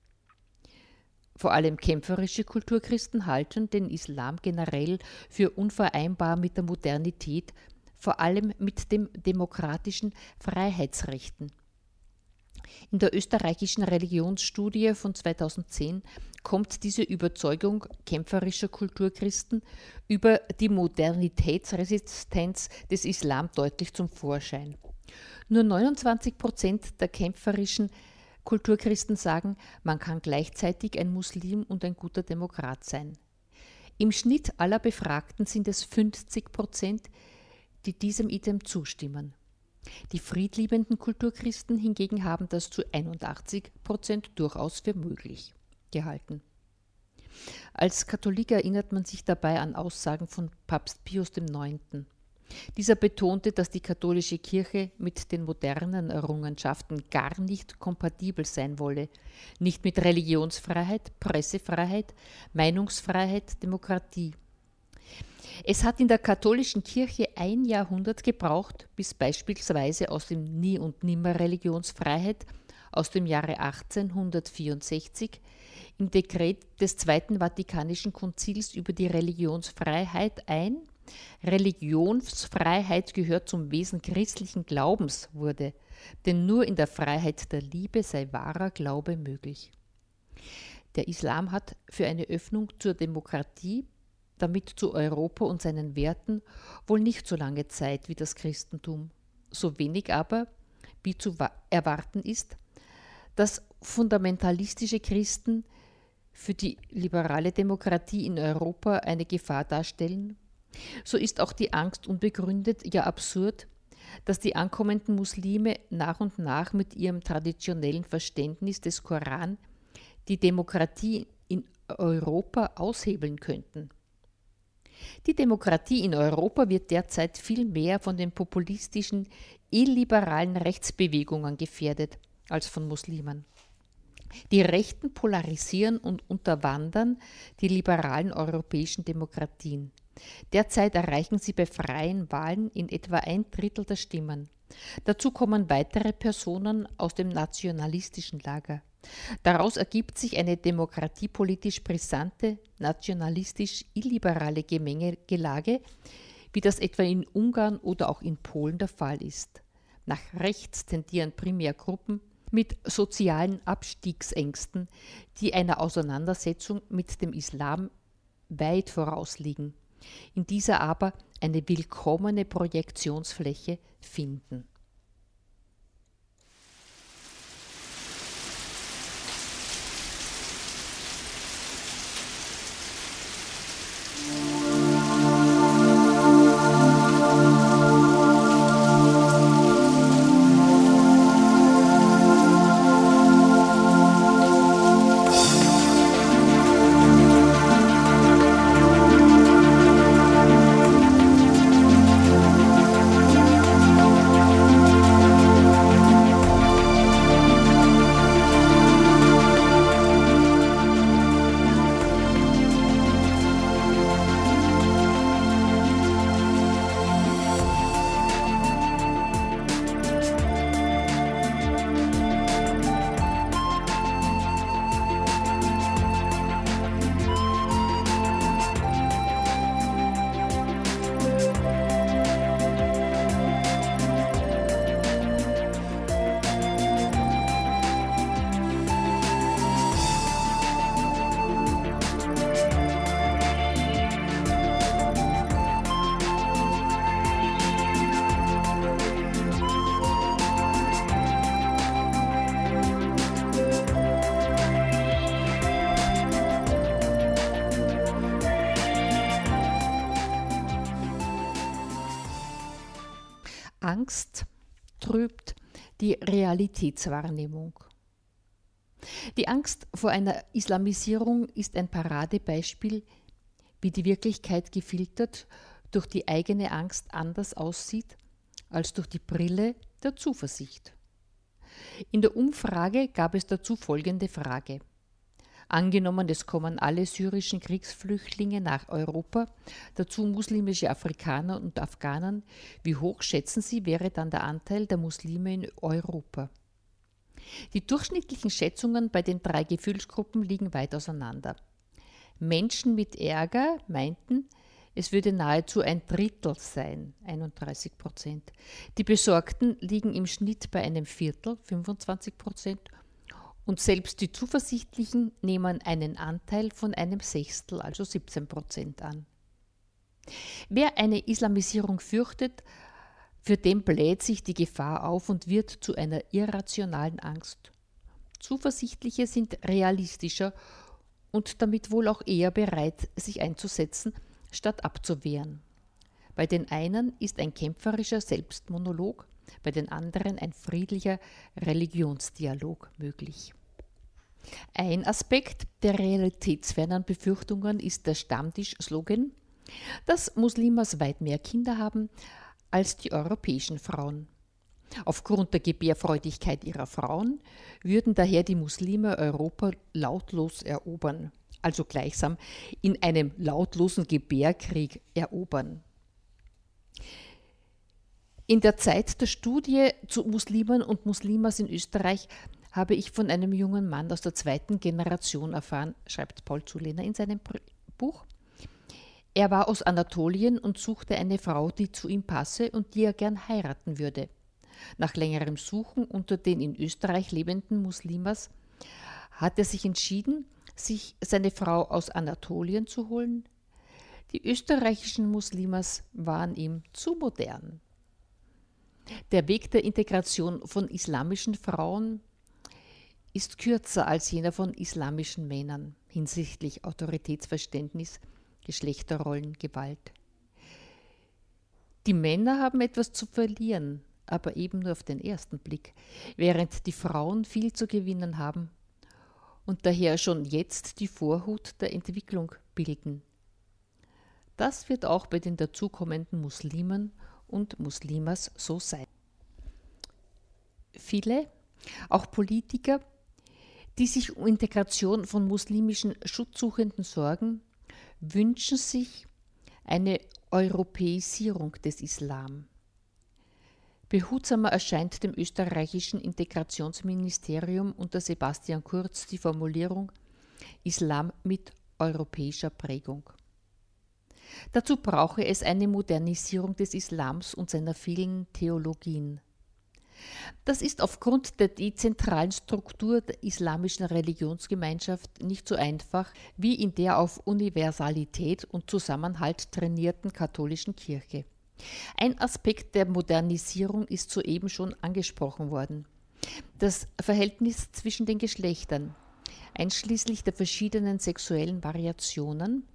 A: Vor allem kämpferische Kulturchristen halten den Islam generell für unvereinbar mit der Modernität, vor allem mit den demokratischen Freiheitsrechten. In der österreichischen Religionsstudie von zweitausendzehn kommt diese Überzeugung kämpferischer Kulturchristen über die Modernitätsresistenz des Islam deutlich zum Vorschein. Nur neunundzwanzig Prozent der kämpferischen Kulturchristen sagen, man kann gleichzeitig ein Muslim und ein guter Demokrat sein. Im Schnitt aller Befragten sind es fünfzig Prozent, die diesem Idem zustimmen. Die friedliebenden Kulturchristen hingegen haben das zu einundachtzig Prozent durchaus für möglich gehalten. Als Katholik erinnert man sich dabei an Aussagen von Papst Pius der Neunte. Dieser betonte, dass die katholische Kirche mit den modernen Errungenschaften gar nicht kompatibel sein wolle, nicht mit Religionsfreiheit, Pressefreiheit, Meinungsfreiheit, Demokratie. Es hat in der katholischen Kirche ein Jahrhundert gebraucht, bis beispielsweise aus dem Nie und Nimmer Religionsfreiheit aus dem Jahre achtzehnhundertvierundsechzig im Dekret des Zweiten Vatikanischen Konzils über die Religionsfreiheit ein Religionsfreiheit gehört zum Wesen christlichen Glaubens wurde, denn nur in der Freiheit der Liebe sei wahrer Glaube möglich. Der Islam hat für eine Öffnung zur Demokratie, damit zu Europa und seinen Werten, wohl nicht so lange Zeit wie das Christentum. So wenig aber, wie zu erwarten ist, dass fundamentalistische Christen für die liberale Demokratie in Europa eine Gefahr darstellen, so ist auch die Angst unbegründet, ja absurd, dass die ankommenden Muslime nach und nach mit ihrem traditionellen Verständnis des Koran die Demokratie in Europa aushebeln könnten. Die Demokratie in Europa wird derzeit viel mehr von den populistischen, illiberalen Rechtsbewegungen gefährdet als von Muslimen. Die Rechten polarisieren und unterwandern die liberalen europäischen Demokratien. Derzeit erreichen sie bei freien Wahlen in etwa ein Drittel der Stimmen. Dazu kommen weitere Personen aus dem nationalistischen Lager. Daraus ergibt sich eine demokratiepolitisch brisante, nationalistisch-illiberale Gemengelage, wie das etwa in Ungarn oder auch in Polen der Fall ist. Nach rechts tendieren primär Gruppen mit sozialen Abstiegsängsten, die einer Auseinandersetzung mit dem Islam weit vorausliegen, in dieser aber eine willkommene Projektionsfläche finden. Angst trübt die Realitätswahrnehmung. Die Angst vor einer Islamisierung ist ein Paradebeispiel, wie die Wirklichkeit gefiltert durch die eigene Angst anders aussieht als durch die Brille der Zuversicht. In der Umfrage gab es dazu folgende Frage. Angenommen, es kommen alle syrischen Kriegsflüchtlinge nach Europa, dazu muslimische Afrikaner und Afghanen, wie hoch schätzen Sie, wäre dann der Anteil der Muslime in Europa? Die durchschnittlichen Schätzungen bei den drei Gefühlsgruppen liegen weit auseinander. Menschen mit Ärger meinten, es würde nahezu ein Drittel sein, einunddreißig Prozent. Die Besorgten liegen im Schnitt bei einem Viertel, fünfundzwanzig Prozent. Und selbst die Zuversichtlichen nehmen einen Anteil von einem Sechstel, also siebzehn Prozent an. Wer eine Islamisierung fürchtet, für den bläht sich die Gefahr auf und wird zu einer irrationalen Angst. Zuversichtliche sind realistischer und damit wohl auch eher bereit, sich einzusetzen, statt abzuwehren. Bei den einen ist ein kämpferischer Selbstmonolog, bei den anderen ein friedlicher Religionsdialog möglich. Ein Aspekt der realitätsfernen Befürchtungen ist der Stammtisch-Slogan, dass Muslimas weit mehr Kinder haben als die europäischen Frauen. Aufgrund der Gebärfreudigkeit ihrer Frauen würden daher die Muslime Europa lautlos erobern, also gleichsam in einem lautlosen Gebärkrieg erobern. In der Zeit der Studie zu Muslimen und Muslimas in Österreich habe ich von einem jungen Mann aus der zweiten Generation erfahren, schreibt Paul Zulehner in seinem Buch. Er war aus Anatolien und suchte eine Frau, die zu ihm passe und die er gern heiraten würde. Nach längerem Suchen unter den in Österreich lebenden Muslimas hat er sich entschieden, sich seine Frau aus Anatolien zu holen. Die österreichischen Muslimas waren ihm zu modern. Der Weg der Integration von islamischen Frauen ist kürzer als jener von islamischen Männern hinsichtlich Autoritätsverständnis, Geschlechterrollen, Gewalt. Die Männer haben etwas zu verlieren, aber eben nur auf den ersten Blick, während die Frauen viel zu gewinnen haben und daher schon jetzt die Vorhut der Entwicklung bilden. Das wird auch bei den dazukommenden Muslimen und Muslimas so sein. Viele, auch Politiker, die sich um Integration von muslimischen Schutzsuchenden sorgen, wünschen sich eine Europäisierung des Islam. Behutsamer erscheint dem österreichischen Integrationsministerium unter Sebastian Kurz die Formulierung Islam mit europäischer Prägung. Dazu brauche es eine Modernisierung des Islams und seiner vielen Theologien. Das ist aufgrund der dezentralen Struktur der islamischen Religionsgemeinschaft nicht so einfach wie in der auf Universalität und Zusammenhalt trainierten katholischen Kirche. Ein Aspekt der Modernisierung ist soeben schon angesprochen worden. Das Verhältnis zwischen den Geschlechtern, einschließlich der verschiedenen sexuellen Variationen,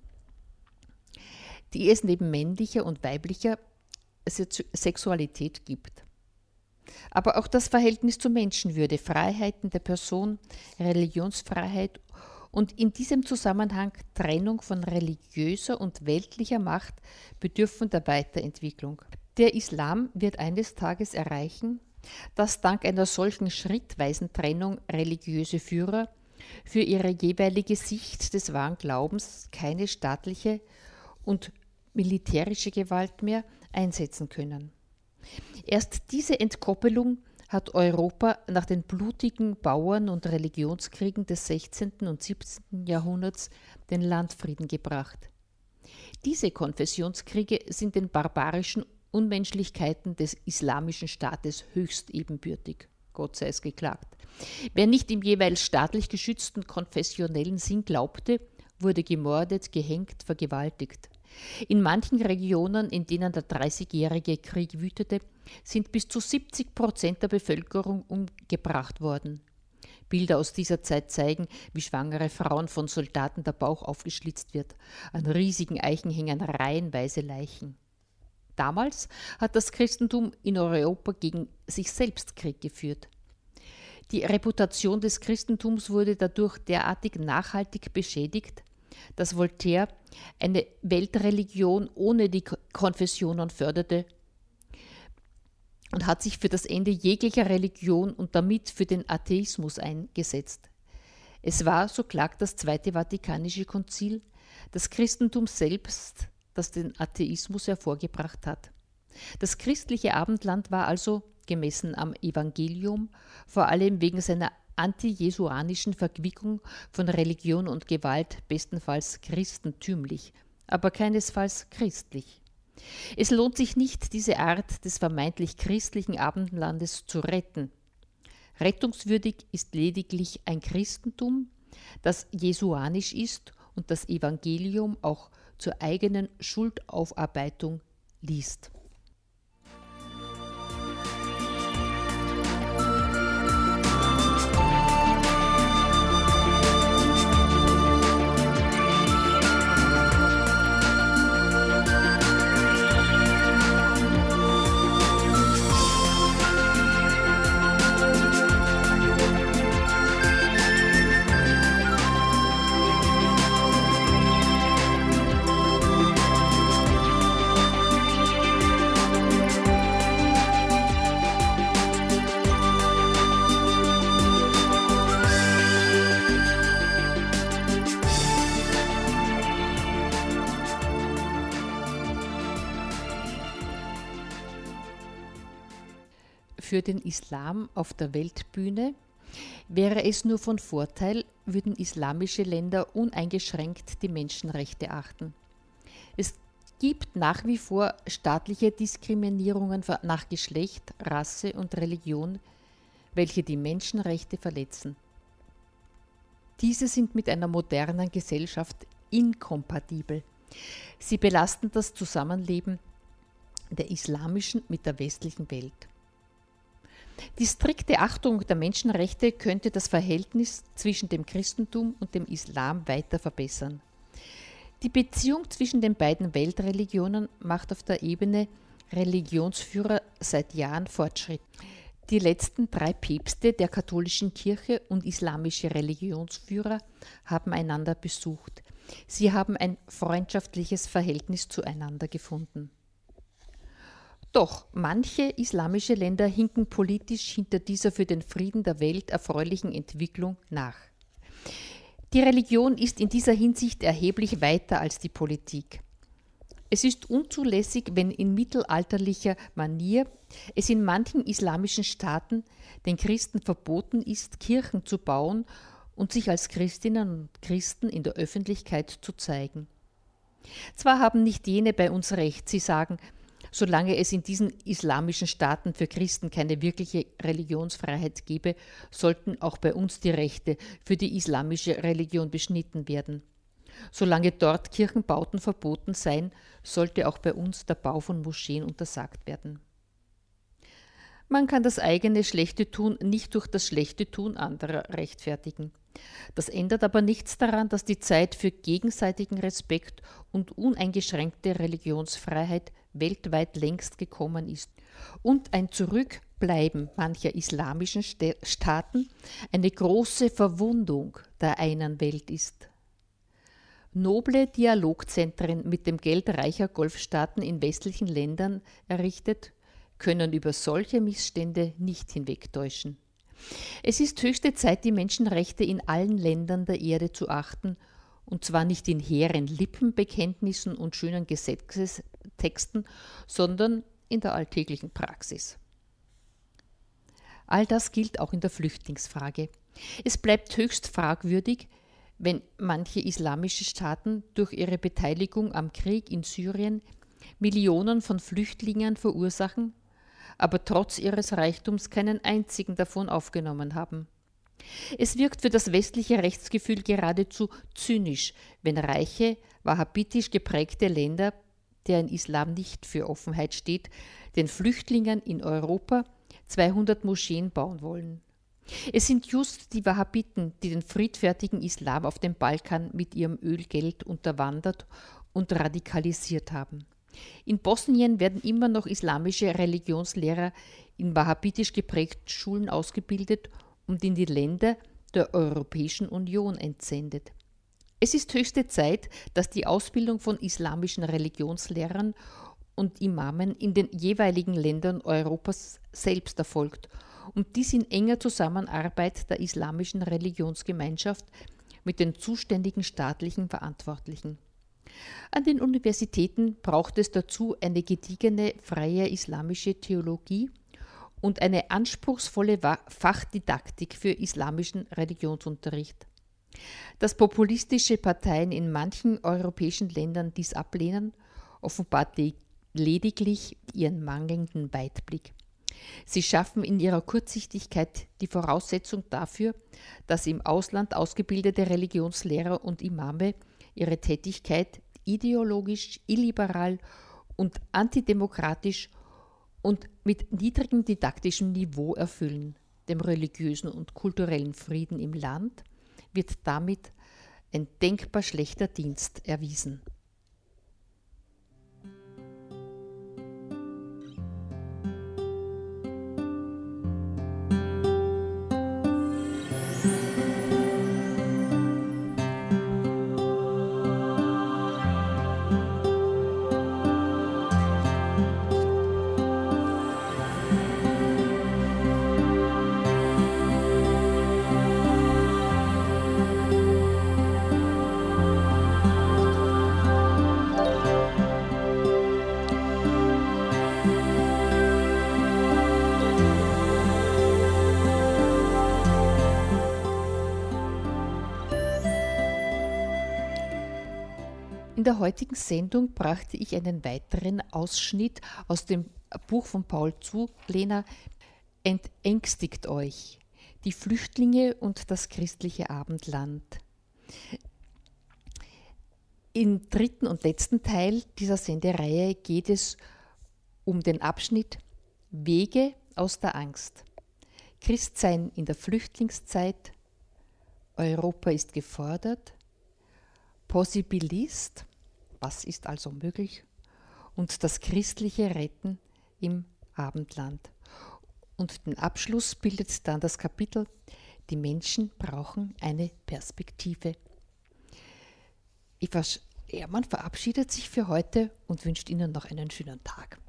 A: die es neben männlicher und weiblicher Sexualität gibt. Aber auch das Verhältnis zur Menschenwürde, Freiheiten der Person, Religionsfreiheit und in diesem Zusammenhang Trennung von religiöser und weltlicher Macht bedürfen der Weiterentwicklung. Der Islam wird eines Tages erreichen, dass dank einer solchen schrittweisen Trennung religiöse Führer für ihre jeweilige Sicht des wahren Glaubens keine staatliche und militärische Gewalt mehr einsetzen können. Erst diese Entkoppelung hat Europa nach den blutigen Bauern- und Religionskriegen des sechzehnten und siebzehnten Jahrhunderts den Landfrieden gebracht. Diese Konfessionskriege sind den barbarischen Unmenschlichkeiten des islamischen Staates höchst ebenbürtig. Gott sei es geklagt. Wer nicht im jeweils staatlich geschützten konfessionellen Sinn glaubte, wurde gemordet, gehängt, vergewaltigt. In manchen Regionen, in denen der Dreißigjährige Krieg wütete, sind bis zu siebzig Prozent der Bevölkerung umgebracht worden. Bilder aus dieser Zeit zeigen, wie schwangere Frauen von Soldaten der Bauch aufgeschlitzt wird. An riesigen Eichen hängen reihenweise Leichen. Damals hat das Christentum in Europa gegen sich selbst Krieg geführt. Die Reputation des Christentums wurde dadurch derartig nachhaltig beschädigt, dass Voltaire eine Weltreligion ohne die Konfessionen förderte und hat sich für das Ende jeglicher Religion und damit für den Atheismus eingesetzt. Es war, so klagt das Zweite Vatikanische Konzil, das Christentum selbst, das den Atheismus hervorgebracht hat. Das christliche Abendland war also, gemessen am Evangelium, vor allem wegen seiner antijesuanischen Verquickung von Religion und Gewalt bestenfalls christentümlich, aber keinesfalls christlich. Es lohnt sich nicht, diese Art des vermeintlich christlichen Abendlandes zu retten. Rettungswürdig ist lediglich ein Christentum, das jesuanisch ist und das Evangelium auch zur eigenen Schuldaufarbeitung liest. Für den Islam auf der Weltbühne wäre es nur von Vorteil, würden islamische Länder uneingeschränkt die Menschenrechte achten. Es gibt nach wie vor staatliche Diskriminierungen nach Geschlecht, Rasse und Religion, welche die Menschenrechte verletzen. Diese sind mit einer modernen Gesellschaft inkompatibel. Sie belasten das Zusammenleben der islamischen mit der westlichen Welt. Die strikte Achtung der Menschenrechte könnte das Verhältnis zwischen dem Christentum und dem Islam weiter verbessern. Die Beziehung zwischen den beiden Weltreligionen macht auf der Ebene Religionsführer seit Jahren Fortschritt. Die letzten drei Päpste der katholischen Kirche und islamische Religionsführer haben einander besucht. Sie haben ein freundschaftliches Verhältnis zueinander gefunden. Doch manche islamische Länder hinken politisch hinter dieser für den Frieden der Welt erfreulichen Entwicklung nach. Die Religion ist in dieser Hinsicht erheblich weiter als die Politik. Es ist unzulässig, wenn in mittelalterlicher Manier es in manchen islamischen Staaten den Christen verboten ist, Kirchen zu bauen und sich als Christinnen und Christen in der Öffentlichkeit zu zeigen. Zwar haben nicht jene bei uns recht, sie sagen, solange es in diesen islamischen Staaten für Christen keine wirkliche Religionsfreiheit gebe, sollten auch bei uns die Rechte für die islamische Religion beschnitten werden. Solange dort Kirchenbauten verboten seien, sollte auch bei uns der Bau von Moscheen untersagt werden. Man kann das eigene schlechte Tun nicht durch das schlechte Tun anderer rechtfertigen. Das ändert aber nichts daran, dass die Zeit für gegenseitigen Respekt und uneingeschränkte Religionsfreiheit weltweit längst gekommen ist und ein Zurückbleiben mancher islamischen Staaten eine große Verwundung der einen Welt ist. Noble Dialogzentren mit dem Geld reicher Golfstaaten in westlichen Ländern errichtet, können über solche Missstände nicht hinwegtäuschen. Es ist höchste Zeit, die Menschenrechte in allen Ländern der Erde zu achten, und zwar nicht in hehren Lippenbekenntnissen und schönen Gesetzestexten, sondern in der alltäglichen Praxis. All das gilt auch in der Flüchtlingsfrage. Es bleibt höchst fragwürdig, wenn manche islamische Staaten durch ihre Beteiligung am Krieg in Syrien Millionen von Flüchtlingen verursachen, aber trotz ihres Reichtums keinen einzigen davon aufgenommen haben. Es wirkt für das westliche Rechtsgefühl geradezu zynisch, wenn reiche, wahhabitisch geprägte Länder, deren Islam nicht für Offenheit steht, den Flüchtlingen in Europa zweihundert Moscheen bauen wollen. Es sind just die Wahhabiten, die den friedfertigen Islam auf dem Balkan mit ihrem Ölgeld unterwandert und radikalisiert haben. In Bosnien werden immer noch islamische Religionslehrer in wahhabitisch geprägten Schulen ausgebildet und in die Länder der Europäischen Union entsendet. Es ist höchste Zeit, dass die Ausbildung von islamischen Religionslehrern und Imamen in den jeweiligen Ländern Europas selbst erfolgt und dies in enger Zusammenarbeit der islamischen Religionsgemeinschaft mit den zuständigen staatlichen Verantwortlichen. An den Universitäten braucht es dazu eine gediegene freie islamische Theologie und eine anspruchsvolle Fachdidaktik für islamischen Religionsunterricht. Dass populistische Parteien in manchen europäischen Ländern dies ablehnen, offenbart lediglich ihren mangelnden Weitblick. Sie schaffen in ihrer Kurzsichtigkeit die Voraussetzung dafür, dass im Ausland ausgebildete Religionslehrer und Imame ihre Tätigkeit ideologisch, illiberal und antidemokratisch und mit niedrigem didaktischem Niveau erfüllen. Dem religiösen und kulturellen Frieden im Land wird damit ein denkbar schlechter Dienst erwiesen. In der heutigen Sendung brachte ich einen weiteren Ausschnitt aus dem Buch von Paul Zulehner, Entängstigt euch, die Flüchtlinge und das christliche Abendland. Im dritten und letzten Teil dieser Sendereihe geht es um den Abschnitt Wege aus der Angst. Christsein in der Flüchtlingszeit, Europa ist gefordert, Possibilist, was ist also möglich, und das christliche Retten im Abendland. Und den Abschluss bildet dann das Kapitel Die Menschen brauchen eine Perspektive. Eva Ehrmann verabschiedet sich für heute und wünscht Ihnen noch einen schönen Tag.